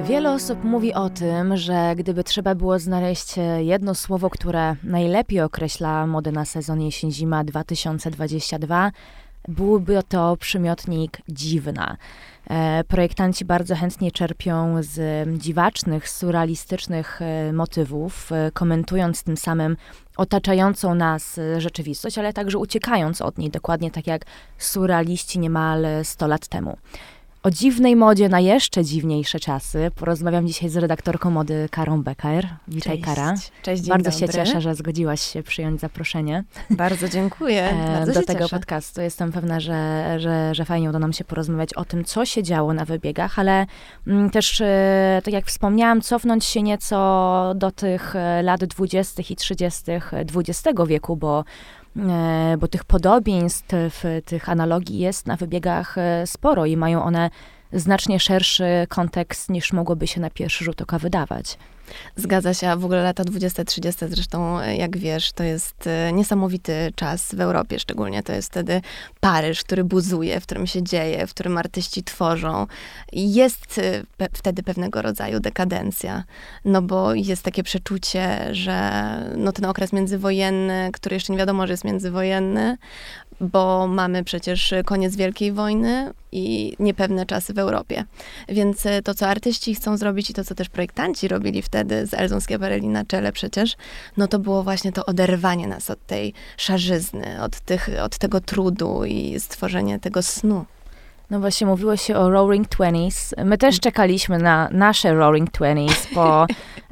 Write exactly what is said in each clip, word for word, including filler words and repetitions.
Wiele osób mówi o tym, że gdyby trzeba było znaleźć jedno słowo, które najlepiej określa modę na sezon jesień-zima dwa tysiące dwudziesty drugi, byłby to przymiotnik dziwna. E, projektanci bardzo chętnie czerpią z dziwacznych, surrealistycznych e, motywów, e, komentując tym samym otaczającą nas rzeczywistość, ale także uciekając od niej, dokładnie tak jak surrealiści niemal sto lat temu. O dziwnej modzie na jeszcze dziwniejsze czasy porozmawiam dzisiaj z redaktorką mody Karą Becker. Witaj, Cześć. Kara. Cześć, dzień Bardzo dobry. się cieszę, że zgodziłaś się przyjąć zaproszenie. Bardzo dziękuję. Bardzo do się tego cieszę. podcastu. Jestem pewna, że, że, że fajnie uda nam się porozmawiać o tym, co się działo na wybiegach, ale mm, też, e, tak jak wspomniałam, cofnąć się nieco do tych e, lat dwudziestych i trzydziestych dwudziestego wieku, bo bo tych podobieństw, tych analogii jest na wybiegach sporo i mają one znacznie szerszy kontekst, niż mogłoby się na pierwszy rzut oka wydawać. Zgadza się, a w ogóle lata dwudzieste trzydzieste zresztą, jak wiesz, to jest niesamowity czas w Europie szczególnie. To jest wtedy Paryż, który buzuje, w którym się dzieje, w którym artyści tworzą. Jest pe- wtedy pewnego rodzaju dekadencja, no bo jest takie przeczucie, że no ten okres międzywojenny, który jeszcze nie wiadomo, że jest międzywojenny, bo mamy przecież koniec Wielkiej Wojny i niepewne czasy w Europie. Więc to, co artyści chcą zrobić i to, co też projektanci robili wtedy z Elzą Schiaparelli na czele przecież, no to było właśnie to oderwanie nas od tej szarzyzny, od, tych, od tego trudu i stworzenie tego snu. No właśnie, mówiło się o Roaring Twenties. My też czekaliśmy na nasze Roaring Twenties po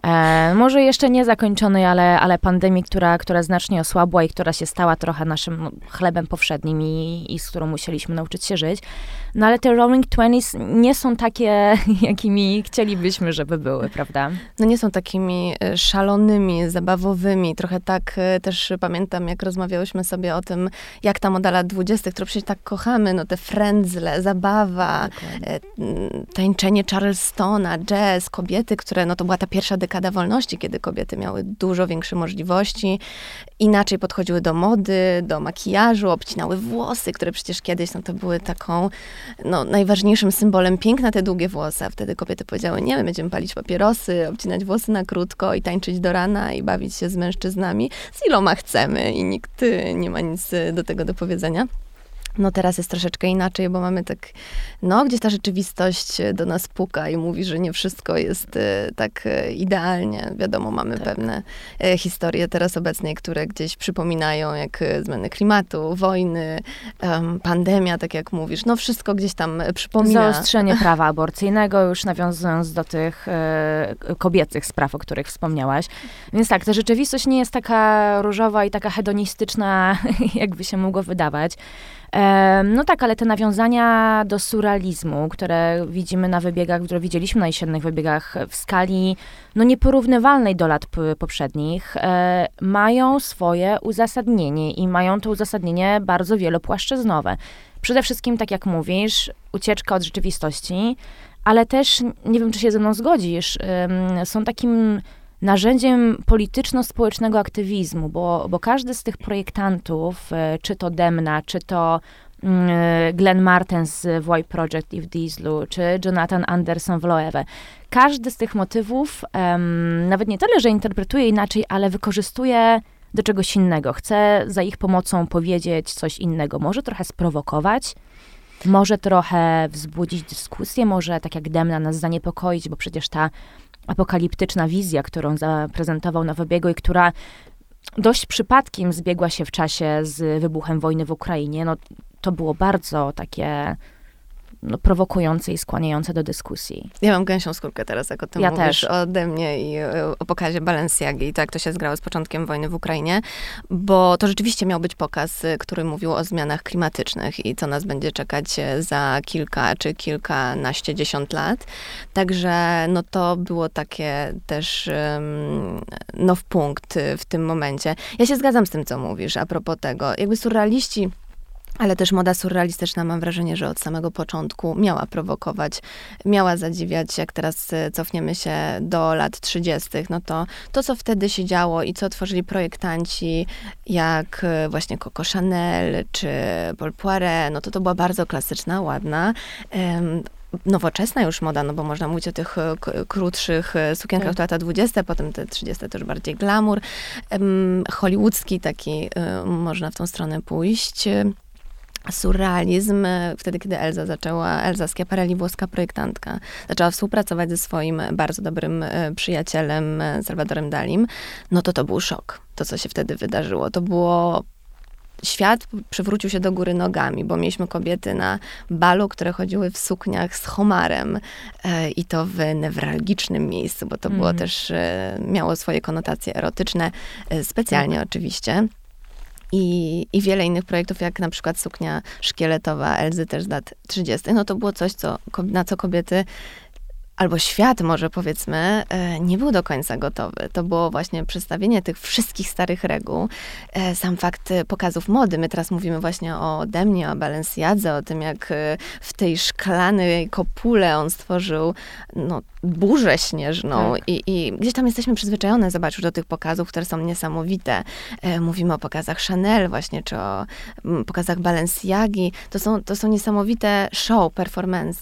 e, może jeszcze nie zakończonej, ale, ale pandemii, która, która znacznie osłabła i która się stała trochę naszym chlebem powszednim i, i z którą musieliśmy nauczyć się żyć. No ale te Roaring Twenties nie są takie, jakimi chcielibyśmy, żeby były, prawda? No nie są takimi szalonymi, zabawowymi. Trochę tak też pamiętam, jak rozmawiałyśmy sobie o tym, jak ta moda lat dwudziestych, którą przecież tak kochamy, no te frędzle, zabawa, Dokładnie. tańczenie Charlestona, jazz, kobiety, które, no to była ta pierwsza dekada wolności, kiedy kobiety miały dużo większe możliwości, inaczej podchodziły do mody, do makijażu, obcinały włosy, które przecież kiedyś, no to były taką, no najważniejszym symbolem piękna te długie włosy, a wtedy kobiety powiedziały, nie, my będziemy palić papierosy, obcinać włosy na krótko i tańczyć do rana i bawić się z mężczyznami, z iloma chcemy i nikt nie ma nic do tego do powiedzenia. No teraz jest troszeczkę inaczej, bo mamy tak, no gdzieś ta rzeczywistość do nas puka i mówi, że nie wszystko jest e, tak e, idealnie. Wiadomo, mamy tak. pewne e, historie teraz obecnie, które gdzieś przypominają, jak e, zmiany klimatu, wojny, um, pandemia, tak jak mówisz. No wszystko gdzieś tam przypomina. Zaostrzenie prawa aborcyjnego, już nawiązując do tych e, kobiecych spraw, o których wspomniałaś. Więc tak, ta rzeczywistość nie jest taka różowa i taka hedonistyczna, jakby się mogło wydawać. No tak, ale te nawiązania do surrealizmu, które widzimy na wybiegach, które widzieliśmy na jesiennych wybiegach w skali no nieporównywalnej do lat p- poprzednich, e, mają swoje uzasadnienie i mają to uzasadnienie bardzo wielopłaszczyznowe. Przede wszystkim, tak jak mówisz, ucieczka od rzeczywistości, ale też, nie wiem, czy się ze mną zgodzisz, ym, są takim narzędziem polityczno-społecznego aktywizmu, bo, bo każdy z tych projektantów, czy to Demna, czy to Glenn Martens z Void Project i w Dieslu, czy Jonathan Anderson w Loewe, każdy z tych motywów um, nawet nie tyle, że interpretuje inaczej, ale wykorzystuje do czegoś innego. Chce za ich pomocą powiedzieć coś innego. Może trochę sprowokować, może trochę wzbudzić dyskusję, może tak jak Demna nas zaniepokoić, bo przecież ta apokaliptyczna wizja, którą zaprezentował na wybiegu i która dość przypadkiem zbiegła się w czasie z wybuchem wojny w Ukrainie, no to było bardzo takie no, prowokujące i skłaniające do dyskusji. Ja mam gęsią skórkę teraz, jak o tym ja mówisz też. ode mnie i o pokazie Balenciagi i to, jak to się zgrało z początkiem wojny w Ukrainie, bo to rzeczywiście miał być pokaz, który mówił o zmianach klimatycznych i co nas będzie czekać za kilka czy kilkanaście, dziesiąt lat. Także no to było takie też no w punkt w tym momencie. Ja się zgadzam z tym, co mówisz a propos tego. Jakby surrealiści, ale też moda surrealistyczna, mam wrażenie, że od samego początku miała prowokować, miała zadziwiać. Jak teraz cofniemy się do lat trzydziestych, no to to, co wtedy się działo i co tworzyli projektanci, jak właśnie Coco Chanel czy Paul Poiret, no to to była bardzo klasyczna, ładna, um, nowoczesna już moda, no bo można mówić o tych k- krótszych sukienkach, Tak. to lata dwudzieste, potem te trzydzieste też bardziej glamour. Um, hollywoodzki taki, um, można w tą stronę pójść. Surrealizm, wtedy, kiedy Elza zaczęła, Elza Schiaparelli, włoska projektantka, zaczęła współpracować ze swoim bardzo dobrym przyjacielem Salvadorem Dalim, no to to był szok, to co się wtedy wydarzyło. To było Świat przewrócił się do góry nogami, bo mieliśmy kobiety na balu, które chodziły w sukniach z homarem e, i to w newralgicznym miejscu, bo to było Mm. też, e, miało swoje konotacje erotyczne, e, specjalnie Tak. oczywiście. I, I wiele innych projektów, jak na przykład suknia szkieletowa Elzy też z lat trzydziestych. No to było coś, co, na co kobiety, albo świat może powiedzmy, nie był do końca gotowy. To było właśnie przedstawienie tych wszystkich starych reguł. Sam fakt pokazów mody. My teraz mówimy właśnie o Demnie, o Balenciadze, o tym, jak w tej szklanej kopule on stworzył no, burzę śnieżną. Tak. I, I gdzieś tam jesteśmy przyzwyczajone, zobacz, do tych pokazów, które są niesamowite. Mówimy o pokazach Chanel właśnie, czy o pokazach Balenciagi. To są, to są niesamowite show, performance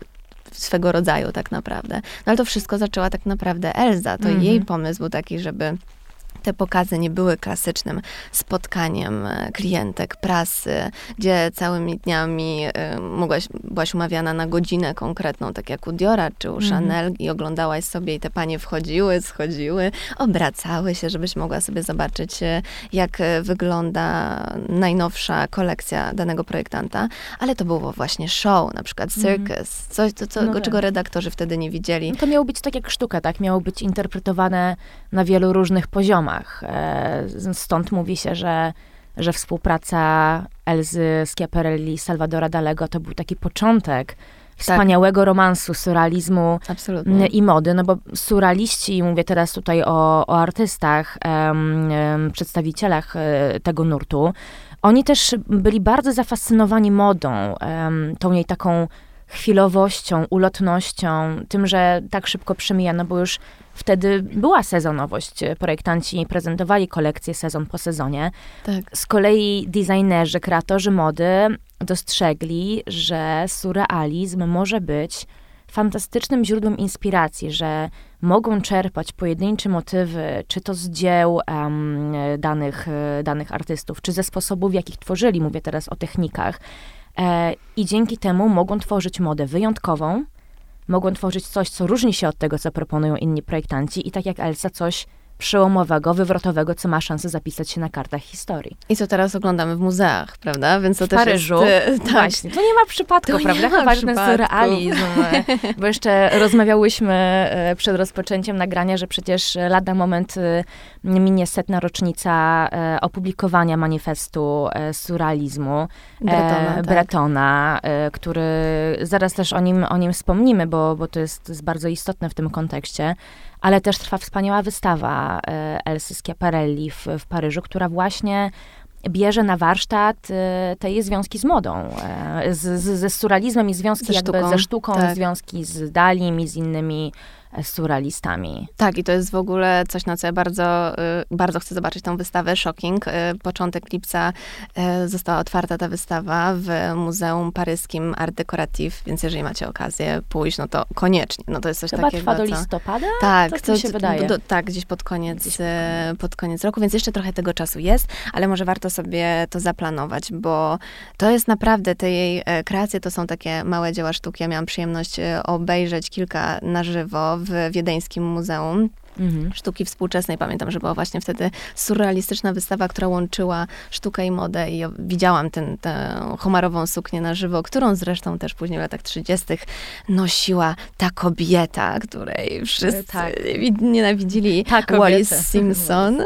swego rodzaju tak naprawdę. No ale to wszystko zaczęła tak naprawdę Elza. To Mhm. jej pomysł był taki, żeby te pokazy nie były klasycznym spotkaniem klientek, prasy, gdzie całymi dniami y, mogłaś, byłaś umawiana na godzinę konkretną, tak jak u Diora czy u Mhm. Chanel i oglądałaś sobie i te panie wchodziły, schodziły, obracały się, żebyś mogła sobie zobaczyć, y, jak y, wygląda najnowsza kolekcja danego projektanta, ale to było właśnie show, na przykład circus, coś, to, co, No tak. czego redaktorzy wtedy nie widzieli. No to miało być tak jak sztuka, tak? Miało być interpretowane na wielu różnych poziomach. E, Stąd mówi się, że, że współpraca Elzy Schiaparelli i Salvadora Dalego to był taki początek wspaniałego romansu, surrealizmu Absolutnie. i mody, no bo surrealiści, mówię teraz tutaj o, o artystach, em, em, przedstawicielach e, tego nurtu, oni też byli bardzo zafascynowani modą, em, tą jej taką chwilowością, ulotnością, tym, że tak szybko przemija, no bo już wtedy była sezonowość. Projektanci prezentowali kolekcję sezon po sezonie. Tak. Z kolei designerzy, kreatorzy mody dostrzegli, że surrealizm może być fantastycznym źródłem inspiracji, że mogą czerpać pojedyncze motywy, czy to z dzieł um, danych, danych artystów, czy ze sposobów, w jakich tworzyli, mówię teraz o technikach, e, i dzięki temu mogą tworzyć modę wyjątkową, mogą tworzyć coś, co różni się od tego, co proponują inni projektanci i tak jak Elsa, coś przełomowego, wywrotowego, co ma szansę zapisać się na kartach historii. I co teraz oglądamy w muzeach, prawda? Więc to w też Paryżu. jest... Tak. Właśnie, to nie ma przypadku, To prawda? nie ma Chyba, że ten przypadku. surrealizm. Bo jeszcze rozmawiałyśmy e, przed rozpoczęciem nagrania, że przecież lada moment e, minie setna rocznica e, opublikowania manifestu e, surrealizmu Bretona, e, tak. Bretona, e, który zaraz też o nim, o nim wspomnimy, bo, bo to jest, jest bardzo istotne w tym kontekście. Ale też trwa wspaniała wystawa e, Elsy Schiaparelli w, w Paryżu, która właśnie bierze na warsztat e, te jej związki z modą, e, z, z, ze surrealizmem i związki Ze jakby sztuką, ze sztuką, tak. związki z Dalim i z innymi e, surrealistami. Tak, i to jest w ogóle coś, na co ja bardzo, y, bardzo chcę zobaczyć tą wystawę Shocking. Y, Początek lipca y, została otwarta ta wystawa w Muzeum Paryskim Art Decoratif, więc jeżeli macie okazję pójść, no to koniecznie. No to jest coś Chyba takiego, trwa do co... listopada? Tak, Tak to, mi się wydaje. Do, tak, gdzieś pod koniec, Gdzieś pod e, pod koniec roku, więc jeszcze trochę tego czasu jest, ale może warto sobie to zaplanować, bo to jest naprawdę, te jej e, kreacje to są takie małe dzieła sztuki. Ja miałam przyjemność e, obejrzeć kilka na żywo w Wiedeńskim Muzeum Mhm. Sztuki Współczesnej. Pamiętam, że była właśnie wtedy surrealistyczna wystawa, która łączyła sztukę i modę i ja widziałam ten, tę homarową suknię na żywo, którą zresztą też później w latach trzydziestych nosiła ta kobieta, której wszyscy Tak. nienawidzili, Ta kobieta. Wallis Simpson,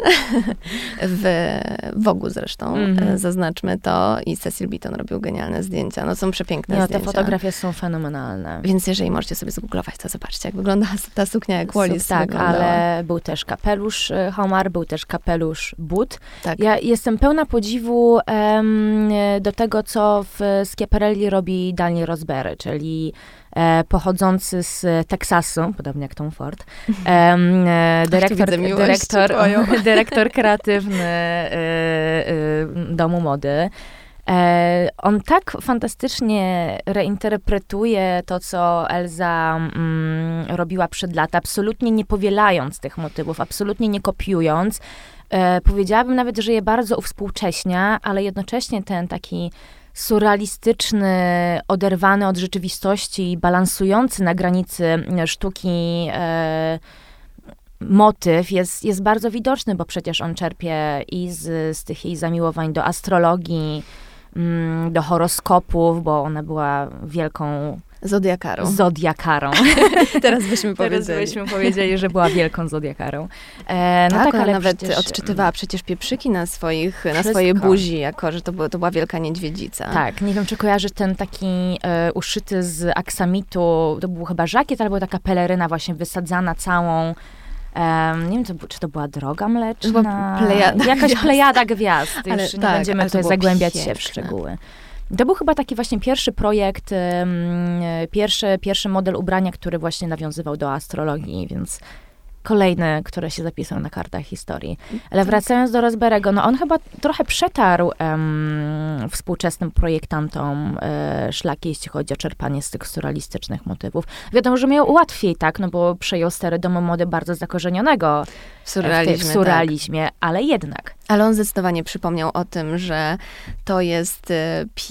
w Vogue'u zresztą, Mhm. zaznaczmy to, i Cecil Beaton robił genialne zdjęcia. No są przepiękne No, te zdjęcia. fotografie są fenomenalne. Więc jeżeli możecie sobie zgooglować, to zobaczcie, jak wygląda ta suknia, jak Wallis Tak, wyglądała. ale był też kapelusz e, homar, był też kapelusz but. Tak. Ja jestem pełna podziwu em, do tego, co w Schiaparelli robi Daniel Rosberry, czyli e, pochodzący z Teksasu, podobnie jak Tom Ford, em, e, dyrektor, widzę miłość dyrektor, twoją. dyrektor kreatywny e, e, domu mody. E, on tak fantastycznie reinterpretuje to, co Elza mm, robiła przed laty, absolutnie nie powielając tych motywów, absolutnie nie kopiując. E, powiedziałabym nawet, że je bardzo uwspółcześnia, ale jednocześnie ten taki surrealistyczny, oderwany od rzeczywistości, balansujący na granicy sztuki e, motyw jest, jest bardzo widoczny, bo przecież on czerpie i z, z tych jej zamiłowań do astrologii, mm, do horoskopów, bo ona była wielką Zodiakarą. Zodiakarą. Teraz byśmy powiedzieli. Teraz byśmy powiedzieli, że była wielką zodiakarą. E, no tak, tak, ona ale nawet przecież, odczytywała przecież pieprzyki na, swoich, na wszystko. swojej buzi, jako że to, było, to była wielka niedźwiedzica. Tak, nie wiem, czy kojarzysz ten taki e, uszyty z aksamitu, to był chyba żakiet, albo taka peleryna właśnie wysadzana całą. Um, nie wiem, to, czy to była droga mleczna, plejada jakaś gwiazd. plejada gwiazd. Ale Już nie tak, będziemy ale to tutaj było zagłębiać piękne. się w szczegóły. To był chyba taki właśnie pierwszy projekt, um, pierwszy, pierwszy model ubrania, który właśnie nawiązywał do astrologii, więc kolejny, które się zapisał na kartach historii. Ale wracając do Rosberego, no on chyba trochę przetarł um, współczesnym projektantom e, szlaki, jeśli chodzi o czerpanie z tych surrealistycznych motywów. Wiadomo, że miał łatwiej, tak, no bo przejął stery domu mody bardzo zakorzenionego W surrealizmie, w, tej, w surrealizmie, tak. Ale jednak. Ale on zdecydowanie przypomniał o tym, że to jest y,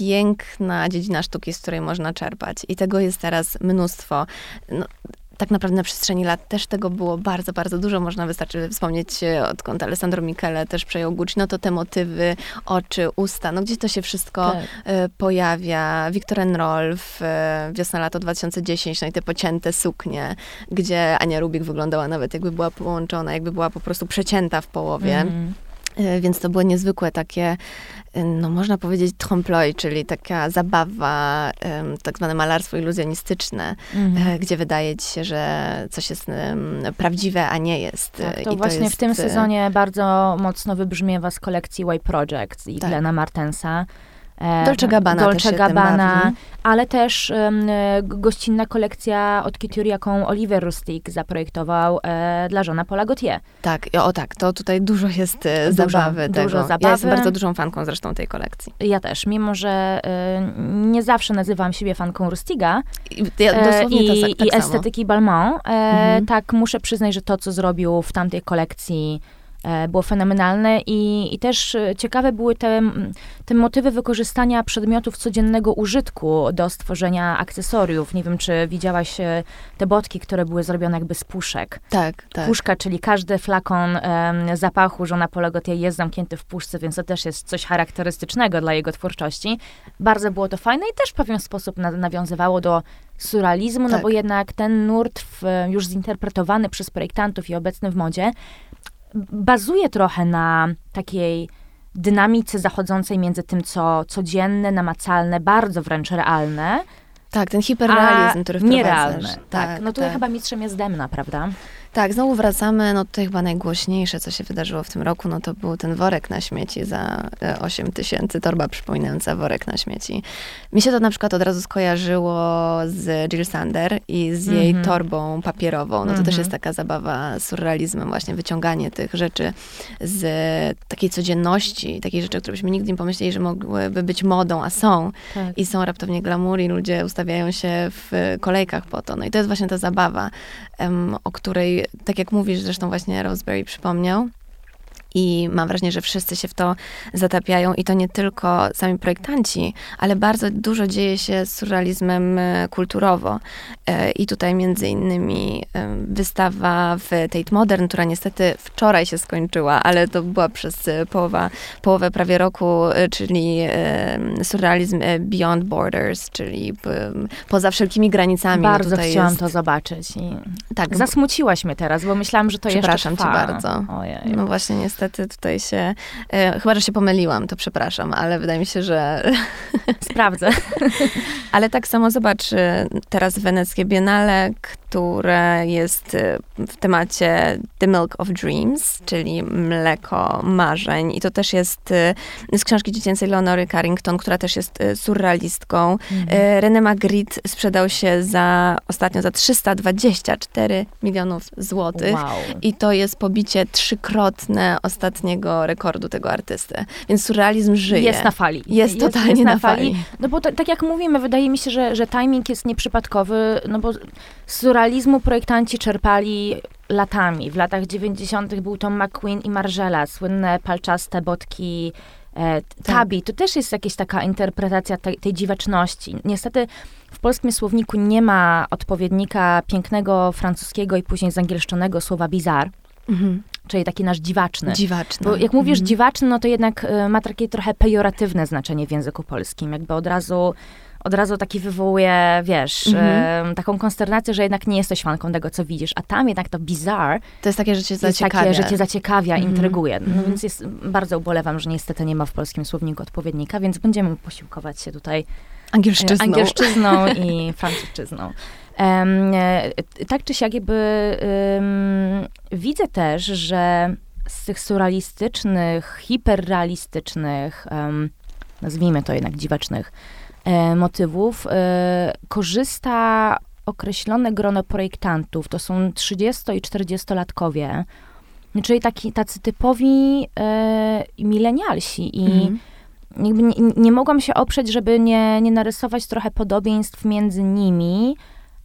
piękna dziedzina sztuki, z której można czerpać. I tego jest teraz mnóstwo. No, tak naprawdę na przestrzeni lat też tego było bardzo, bardzo dużo. Można wystarczy wspomnieć, odkąd Alessandro Michele też przejął Gucci, no to te motywy, oczy, usta, no gdzie to się wszystko Tak. y, pojawia. Victor Enroll w y, wiosna-lato dwa tysiące dziesiąty, no i te pocięte suknie, gdzie Ania Rubik wyglądała nawet jakby była połączona, jakby była po prostu przecięta w połowie. Mm. Więc to było niezwykłe takie, no można powiedzieć trompe-l'œil, czyli taka zabawa, tak zwane malarstwo iluzjonistyczne, mm. gdzie wydaje ci się, że coś jest prawdziwe, a nie jest. Tak, to I właśnie to jest... w tym sezonie bardzo mocno wybrzmiewa z kolekcji Y Project i tak. Glena Martensa. Dolce Gabbana Dolce też Gabbana, ale też um, gościnna kolekcja od Couture, jaką Oliver Rustic zaprojektował e, dla żona Paula Gaultier. Tak, o tak, to tutaj dużo jest e, dużo, zabawy tego. Dużo zabawy. Ja jestem bardzo dużą fanką zresztą tej kolekcji. Ja też, mimo że e, nie zawsze nazywam siebie fanką Rustiga I, ja dosłownie e, to, i, tak, tak i samo. estetyki Balmain, e, mhm. tak muszę przyznać, że to, co zrobił w tamtej kolekcji, było fenomenalne i, i też ciekawe były te, te motywy wykorzystania przedmiotów codziennego użytku do stworzenia akcesoriów. Nie wiem, czy widziałaś te botki, które były zrobione jakby z puszek. Tak, tak. Puszka, czyli każdy flakon um, zapachu żona Paula Gaultier jest zamknięty w puszce, więc to też jest coś charakterystycznego dla jego twórczości. Bardzo było to fajne i też w pewien sposób na, nawiązywało do surrealizmu, tak. No bo jednak ten nurt w, już zinterpretowany przez projektantów i obecny w modzie bazuje trochę na takiej dynamice zachodzącej między tym, co codzienne, namacalne, bardzo wręcz realne. Tak, ten hiperrealizm, który wprowadzasz. Nierealne, tak. tak No tutaj tak. chyba mistrzem jest Demna, prawda? Tak, znowu wracamy, no tutaj chyba najgłośniejsze, co się wydarzyło w tym roku, no to był ten worek na śmieci za osiem tysięcy, torba przypominająca worek na śmieci. Mi się to na przykład od razu skojarzyło z Jill Sander i z jej mm-hmm. torbą papierową. No to mm-hmm. też jest taka zabawa z surrealizmem, właśnie wyciąganie tych rzeczy z takiej codzienności, takich rzeczy, które byśmy nigdy nie pomyśleli, że mogłyby być modą, a są. Tak. I są raptownie glamour i ludzie ustawiają się w kolejkach po to. No i to jest właśnie ta zabawa, um, o której tak jak mówisz, zresztą właśnie Roseberry przypomniał. I mam wrażenie, że wszyscy się w to zatapiają i to nie tylko sami projektanci, ale bardzo dużo dzieje się z surrealizmem kulturowo. I tutaj między innymi wystawa w Tate Modern, która niestety wczoraj się skończyła, ale to była przez połowa, połowę prawie roku, czyli surrealizm Beyond Borders, czyli poza wszelkimi granicami. Bardzo no tutaj chciałam jest... to zobaczyć. I tak, zasmuciłaś mnie teraz, bo myślałam, że to jeszcze trwa. Przepraszam cię bardzo. Ojej. No właśnie niestety. Niestety tutaj się, e, chyba, że się pomyliłam, to przepraszam, ale wydaje mi się, że... Sprawdzę. Ale tak samo zobacz, teraz Weneckie Biennale, które jest w temacie The Milk of Dreams, czyli mleko marzeń. I to też jest z książki dziecięcej Leonory Carrington, która też jest surrealistką. Mhm. René Magritte sprzedał się za ostatnio za trzysta dwadzieścia cztery milionów złotych. Wow. I to jest pobicie trzykrotne ostatniego rekordu tego artysty. Więc surrealizm żyje. Jest na fali. Jest totalnie jest, jest na, na fali. fali. No bo to, tak jak mówimy, wydaje mi się, że, że timing jest nieprzypadkowy, no bo z surrealizmu projektanci czerpali latami. W latach dziewięćdziesiątych był Tom McQueen i Margiela, słynne palczaste botki e, Tabi. To też jest jakaś taka interpretacja tej, tej dziwaczności. Niestety w polskim słowniku nie ma odpowiednika pięknego francuskiego i później zangielszczonego słowa bizarre. Mhm. Czyli taki nasz dziwaczny. Dziwaczny. Bo jak mówisz mhm. dziwaczny, no to jednak y, ma takie trochę pejoratywne znaczenie w języku polskim. Jakby od razu, od razu taki wywołuje, wiesz, mhm. y, taką konsternację, że jednak nie jesteś fanką tego, co widzisz. A tam jednak to bizarre. To jest takie, że cię zaciekawia. Jest takie, że cię zaciekawia, mhm. intryguje. No mhm. więc jest, bardzo ubolewam, że niestety nie ma w polskim słowniku odpowiednika, więc będziemy posiłkować się tutaj angielszczyzną, angielszczyzną i francuszczyzną. Um, tak czy siak jakby um, widzę też, że z tych surrealistycznych, hiperrealistycznych, um, nazwijmy to jednak dziwacznych um, motywów, um, korzysta określone grono projektantów. To są trzydziesto- i czterdziestolatkowie, czyli taki, tacy typowi um, milenialsi i mm. jakby nie, nie mogłam się oprzeć, żeby nie, nie narysować trochę podobieństw między nimi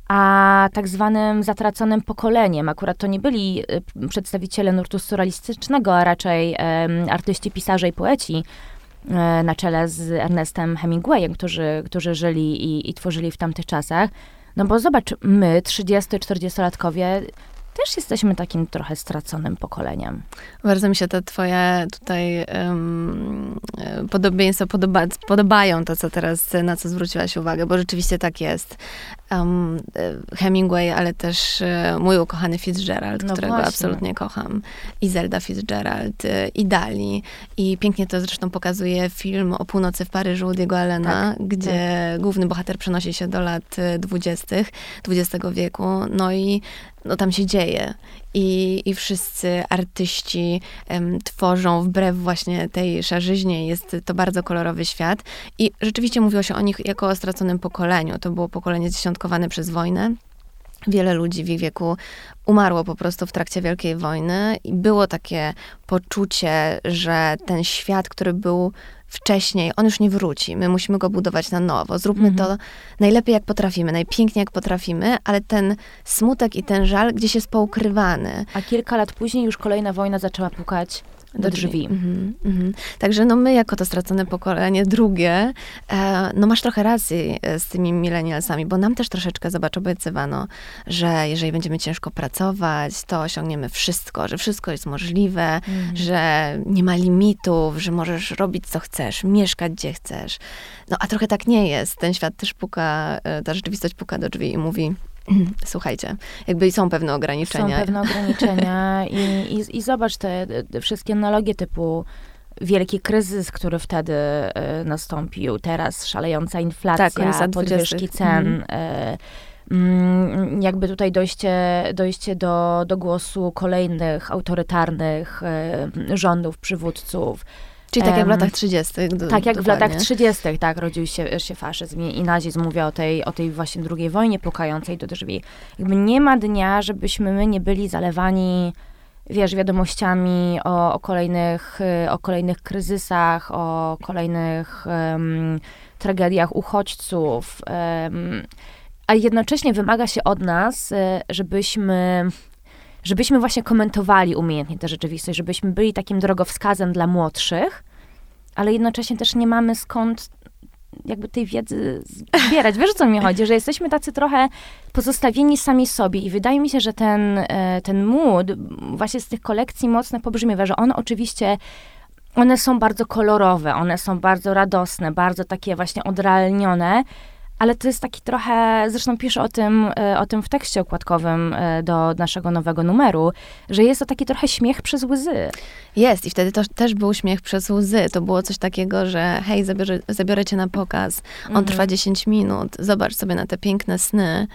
a tak zwanym zatraconym pokoleniem. Akurat to nie byli y, przedstawiciele nurtu surrealistycznego, a raczej y, artyści, pisarze i poeci y, na czele z Ernestem Hemingwayem, którzy, którzy żyli i, i tworzyli w tamtych czasach. No bo zobacz, my, trzydziesto- i czterdziestolatkowie, też jesteśmy takim trochę straconym pokoleniem. Bardzo mi się te twoje tutaj um, podobieństwa podoba, podobają, to co teraz, na co zwróciłaś uwagę, bo rzeczywiście tak jest. Um, Hemingway, ale też mój ukochany Fitzgerald, no którego właśnie. absolutnie kocham. I Zelda Fitzgerald, i Dali. I pięknie to zresztą pokazuje film o północy w Paryżu Woody'ego Allena, tak, gdzie tak. główny bohater przenosi się do lat dwudziestych dwudziestego wieku. No i no tam się dzieje. I, i wszyscy artyści um, tworzą wbrew właśnie tej szarzyźnie. Jest to bardzo kolorowy świat. I rzeczywiście mówiło się o nich jako o straconym pokoleniu. To było pokolenie zdziesiątkowane przez wojnę. Wiele ludzi w ich wieku umarło po prostu w trakcie Wielkiej Wojny i było takie poczucie, że ten świat, który był wcześniej, on już nie wróci. My musimy go budować na nowo. Zróbmy mhm. to najlepiej jak potrafimy, najpiękniej jak potrafimy, ale ten smutek i ten żal gdzieś jest poukrywany. A kilka lat później już kolejna wojna zaczęła pukać do drzwi. Mhm, mhm. Także no my jako to stracone pokolenie drugie, e, no masz trochę racji z tymi milenialsami, bo nam też troszeczkę, zobacz, obiecywano, że jeżeli będziemy ciężko pracować, to osiągniemy wszystko, że wszystko jest możliwe, mhm. że nie ma limitów, że możesz robić co chcesz, mieszkać gdzie chcesz. No a trochę tak nie jest. Ten świat też puka, ta rzeczywistość puka do drzwi i mówi: słuchajcie, jakby są pewne ograniczenia. Są pewne ograniczenia i, i, i zobacz te, te wszystkie analogie typu wielki kryzys, który wtedy y, nastąpił, teraz szalejąca inflacja, tak, podwyżki cen, mm. y, y, jakby tutaj dojście, dojście do, do głosu kolejnych autorytarnych y, rządów, przywódców. Czyli tak jak w latach trzydziestych. Do, tak jak dokładnie. w latach trzydziestych, tak, rodził się, się faszyzm i nazizm. Mówię o tej, o tej właśnie drugiej wojnie pukającej do drzwi. Jakby nie ma dnia, żebyśmy my nie byli zalewani, wiesz, wiadomościami o, o, kolejnych, o kolejnych kryzysach, o kolejnych um, tragediach uchodźców. Um, a jednocześnie wymaga się od nas, żebyśmy... żebyśmy właśnie komentowali umiejętnie tę rzeczywistość, żebyśmy byli takim drogowskazem dla młodszych, ale jednocześnie też nie mamy skąd jakby tej wiedzy zbierać. Wiesz, o co mi chodzi? Że jesteśmy tacy trochę pozostawieni sami sobie i wydaje mi się, że ten, ten mood właśnie z tych kolekcji mocno pobrzmiewa, że on oczywiście, one są bardzo kolorowe, one są bardzo radosne, bardzo takie właśnie odrealnione, ale to jest taki trochę, zresztą piszę o tym, o tym w tekście okładkowym do naszego nowego numeru, że jest to taki trochę śmiech przez łzy. Jest i wtedy to też był śmiech przez łzy. To było coś takiego, że hej, zabiorę, zabiorę cię na pokaz, on mhm. trwa dziesięć minut, zobacz sobie na te piękne sny,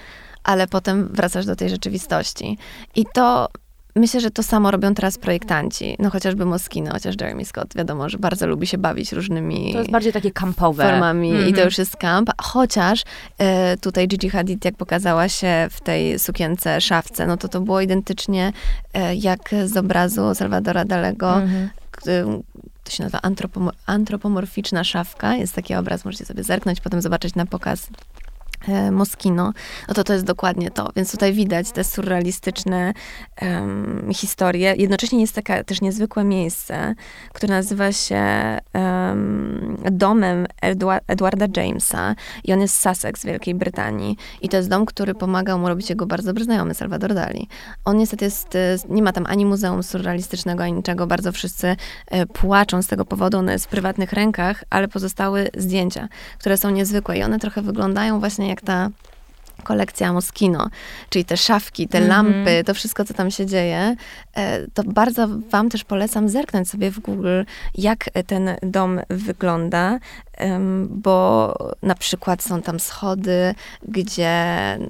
ale potem wracasz do tej rzeczywistości. I to myślę, że to samo robią teraz projektanci. No chociażby Moschino, chociaż Jeremy Scott, wiadomo, że bardzo lubi się bawić różnymi To jest bardziej takie kampowe. formami Mm-hmm. i to już jest camp. Chociaż e, tutaj Gigi Hadid, jak pokazała się w tej sukience, szafce, no to to było identycznie e, jak z obrazu Salvadora Dalego, Mm-hmm. to się nazywa antropomor- antropomorficzna szafka. Jest taki obraz, możecie sobie zerknąć, potem zobaczyć na pokaz Moschino, no to to jest dokładnie to. Więc tutaj widać te surrealistyczne um, historie. Jednocześnie jest taka też niezwykłe miejsce, które nazywa się um, domem Edwa- Edwarda Jamesa i on jest z Sussex w Wielkiej Brytanii. I to jest dom, który pomagał mu robić jego bardzo dobry znajomy, Salvador Dali. On niestety jest, nie ma tam ani muzeum surrealistycznego, ani niczego. Bardzo wszyscy e, płaczą z tego powodu. One jest w prywatnych rękach, ale pozostały zdjęcia, które są niezwykłe i one trochę wyglądają właśnie jak ta kolekcja Moschino, czyli te szafki, te mm-hmm. lampy, to wszystko, co tam się dzieje, to bardzo wam też polecam zerknąć sobie w Google, jak ten dom wygląda, bo na przykład są tam schody, gdzie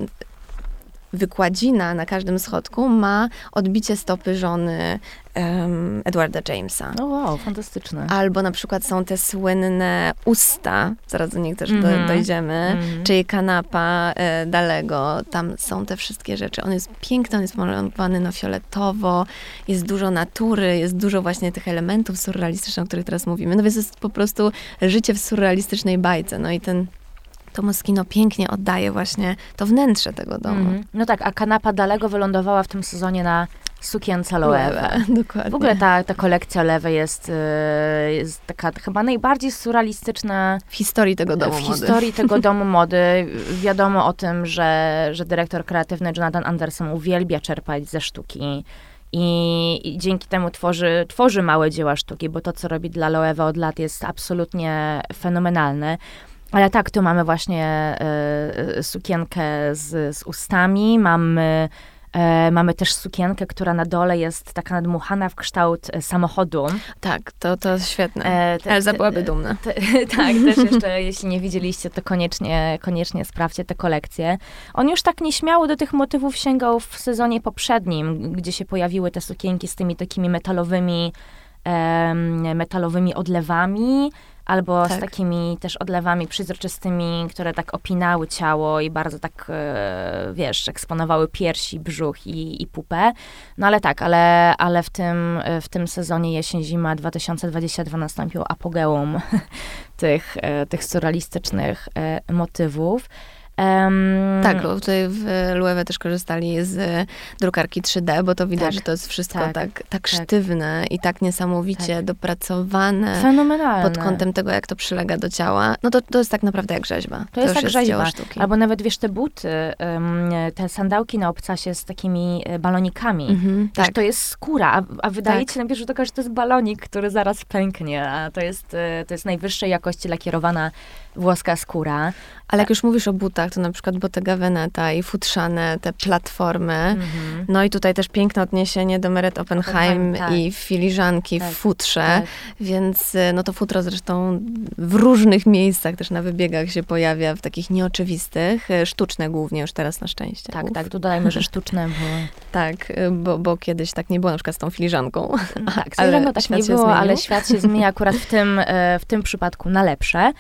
wykładzina na każdym schodku ma odbicie stopy żony um, Edwarda Jamesa. O wow, fantastyczne. Albo na przykład są te słynne usta, zaraz do nich też mm-hmm. do, dojdziemy, mm-hmm. czyli kanapa e, Dalego, tam są te wszystkie rzeczy. On jest piękny, on jest pomalowany na fioletowo, jest dużo natury, jest dużo właśnie tych elementów surrealistycznych, o których teraz mówimy. No więc jest po prostu życie w surrealistycznej bajce. No i ten to Moschino pięknie oddaje właśnie to wnętrze tego domu. Mm. No tak, a kanapa Dalego wylądowała w tym sezonie na sukience Loewe. Dokładnie. W ogóle ta, ta kolekcja Loewe jest, jest taka chyba najbardziej surrealistyczna w historii tego domu w mody. historii tego domu mody. Wiadomo o tym, że, że dyrektor kreatywny Jonathan Anderson uwielbia czerpać ze sztuki. I, I dzięki temu tworzy, tworzy małe dzieła sztuki, bo to, co robi dla Loewe od lat, jest absolutnie fenomenalne. Ale tak, tu mamy właśnie y, sukienkę z, z ustami, mamy, y, mamy też sukienkę, która na dole jest taka nadmuchana w kształt samochodu. Tak, to, to jest świetne. E, te, Elza byłaby dumna. Te, tak, też jeszcze, jeśli nie widzieliście, to koniecznie, koniecznie sprawdźcie tę kolekcję. On już tak nieśmiało do tych motywów sięgał w sezonie poprzednim, gdzie się pojawiły te sukienki z tymi takimi metalowymi, e, metalowymi odlewami, albo tak. z takimi też odlewami przezroczystymi, które tak opinały ciało i bardzo tak, e, wiesz, eksponowały piersi, brzuch i, i pupę. No ale tak, ale, ale w, tym, w tym sezonie jesień-zima dwa tysiące dwudziesty drugi nastąpił apogeum tych, e, tych surrealistycznych e, motywów. Um, tak, bo tutaj w Loewe też korzystali z drukarki trzy D, bo to widać, tak, że to jest wszystko tak, tak, tak, tak sztywne i tak niesamowicie tak. dopracowane. Fenomenalne. Pod kątem tego, jak to przylega do ciała. No to, to jest tak naprawdę jak rzeźba. To, to jest tak jest rzeźba. Albo nawet, wiesz, te buty, um, te sandałki na obcasie z takimi balonikami. Mhm, wiesz, tak. To jest skóra, a, a wydaje tak. ci na pierwszy rzut oka, że to jest balonik, który zaraz pęknie, a to jest, to jest najwyższej jakości lakierowana włoska skóra. Ale jak już mówisz o butach, to na przykład Bottega Veneta i futrzane te platformy. Mm-hmm. No i tutaj też piękne odniesienie do Meret Oppenheim tak. i filiżanki tak. w futrze. Tak. Więc no to futro zresztą w różnych miejscach też na wybiegach się pojawia, w takich nieoczywistych, sztuczne głównie już teraz na szczęście. Tak, Uf. tak, dodajmy, że sztuczne było. Tak, bo, bo kiedyś tak nie było na przykład z tą filiżanką. Tak, ale no tak nie było, ale świat się zmienia akurat w tym, w tym przypadku na lepsze.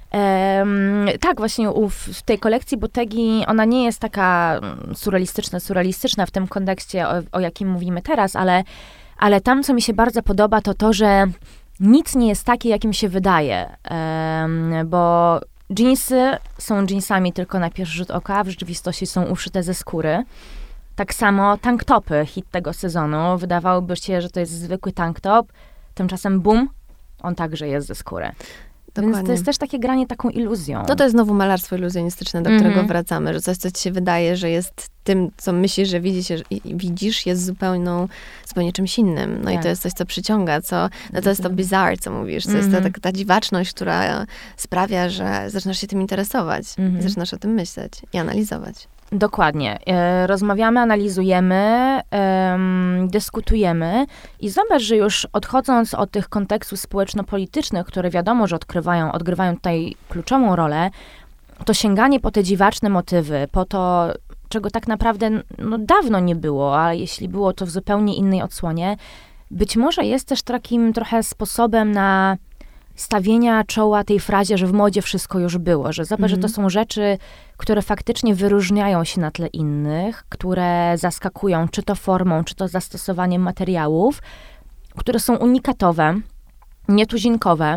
Um, tak, właśnie u, w tej kolekcji Bottegi, ona nie jest taka surrealistyczna, surrealistyczna w tym kontekście, o, o jakim mówimy teraz, ale, ale tam, co mi się bardzo podoba, to to, że nic nie jest takie, jakim się wydaje, um, bo dżinsy są dżinsami tylko na pierwszy rzut oka, w rzeczywistości są uszyte ze skóry. Tak samo tank topy, hit tego sezonu, wydawałoby się, że to jest zwykły tank top, tymczasem bum, on także jest ze skóry. Dokładnie. Więc to jest też takie granie taką iluzją. No to jest znowu malarstwo iluzjonistyczne, do mm-hmm. którego wracamy, że coś, co ci się wydaje, że jest tym, co myślisz, że widzisz, i widzisz, jest zupełną, zupełnie czymś innym. No tak. i to jest coś, co przyciąga, co, no to jest to bizarre, co mówisz, to mm-hmm. jest ta, ta, ta dziwaczność, która sprawia, że zaczynasz się tym interesować, mm-hmm. zaczynasz o tym myśleć i analizować. Dokładnie. E, rozmawiamy, analizujemy, e, dyskutujemy i zobacz, że już odchodząc od tych kontekstów społeczno-politycznych, które wiadomo, że odgrywają, odgrywają tutaj kluczową rolę, to sięganie po te dziwaczne motywy, po to czego tak naprawdę no, dawno nie było, a jeśli było, to w zupełnie innej odsłonie, być może jest też takim trochę sposobem na stawienia czoła tej frazie, że w modzie wszystko już było, że zobacz, Mhm. że to są rzeczy, które faktycznie wyróżniają się na tle innych, które zaskakują, czy to formą, czy to zastosowaniem materiałów, które są unikatowe, nietuzinkowe,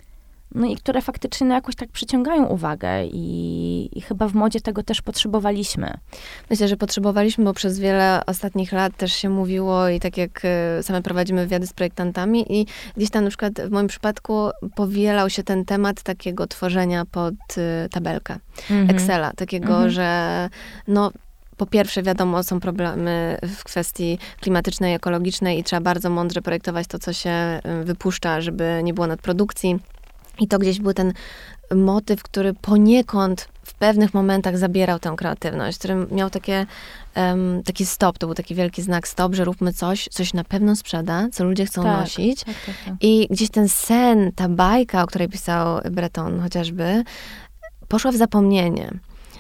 no i które faktycznie no, jakoś tak przyciągają uwagę i, i chyba w modzie tego też potrzebowaliśmy. Myślę, że potrzebowaliśmy, bo przez wiele ostatnich lat też się mówiło i tak jak y, same prowadzimy wywiady z projektantami i gdzieś tam na przykład w moim przypadku powielał się ten temat takiego tworzenia pod y, tabelkę Mhm. Excela, takiego, Mhm. że no po pierwsze, wiadomo, są problemy w kwestii klimatycznej, ekologicznej i trzeba bardzo mądrze projektować to, co się y, wypuszcza, żeby nie było nadprodukcji. I to gdzieś był ten motyw, który poniekąd w pewnych momentach zabierał tę kreatywność, który miał takie, um, taki stop, to był taki wielki znak stop, że róbmy coś, coś na pewno sprzeda, co ludzie chcą Tak, nosić. tak, tak, tak. I gdzieś ten sen, ta bajka, o której pisał Breton chociażby, poszła w zapomnienie.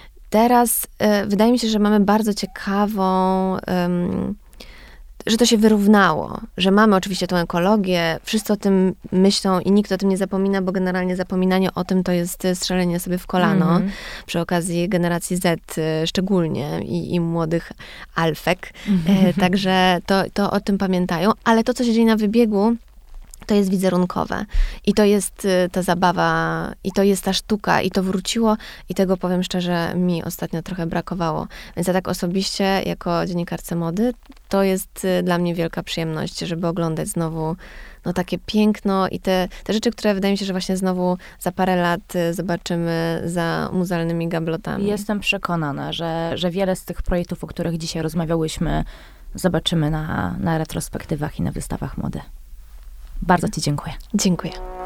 Teraz y, wydaje mi się, że mamy bardzo ciekawą... Um, że to się wyrównało, że mamy oczywiście tą ekologię, wszyscy o tym myślą i nikt o tym nie zapomina, bo generalnie zapominanie o tym to jest strzelenie sobie w kolano, Mhm. przy okazji generacji Z y, szczególnie i, i młodych alfek. Mhm. E, także to, to o tym pamiętają, ale to, co się dzieje na wybiegu, to jest wizerunkowe. I to jest y, ta zabawa, i to jest ta sztuka, i to wróciło, i tego, powiem szczerze, mi ostatnio trochę brakowało. Więc ja tak osobiście, jako dziennikarce mody, to jest y, dla mnie wielka przyjemność, żeby oglądać znowu no, takie piękno i te, te rzeczy, które wydaje mi się, że właśnie znowu za parę lat y, zobaczymy za muzealnymi gablotami. Jestem przekonana, że, że wiele z tych projektów, o których dzisiaj rozmawiałyśmy, zobaczymy na, na retrospektywach i na wystawach mody. Bardzo ci dziękuję. Dziękuję.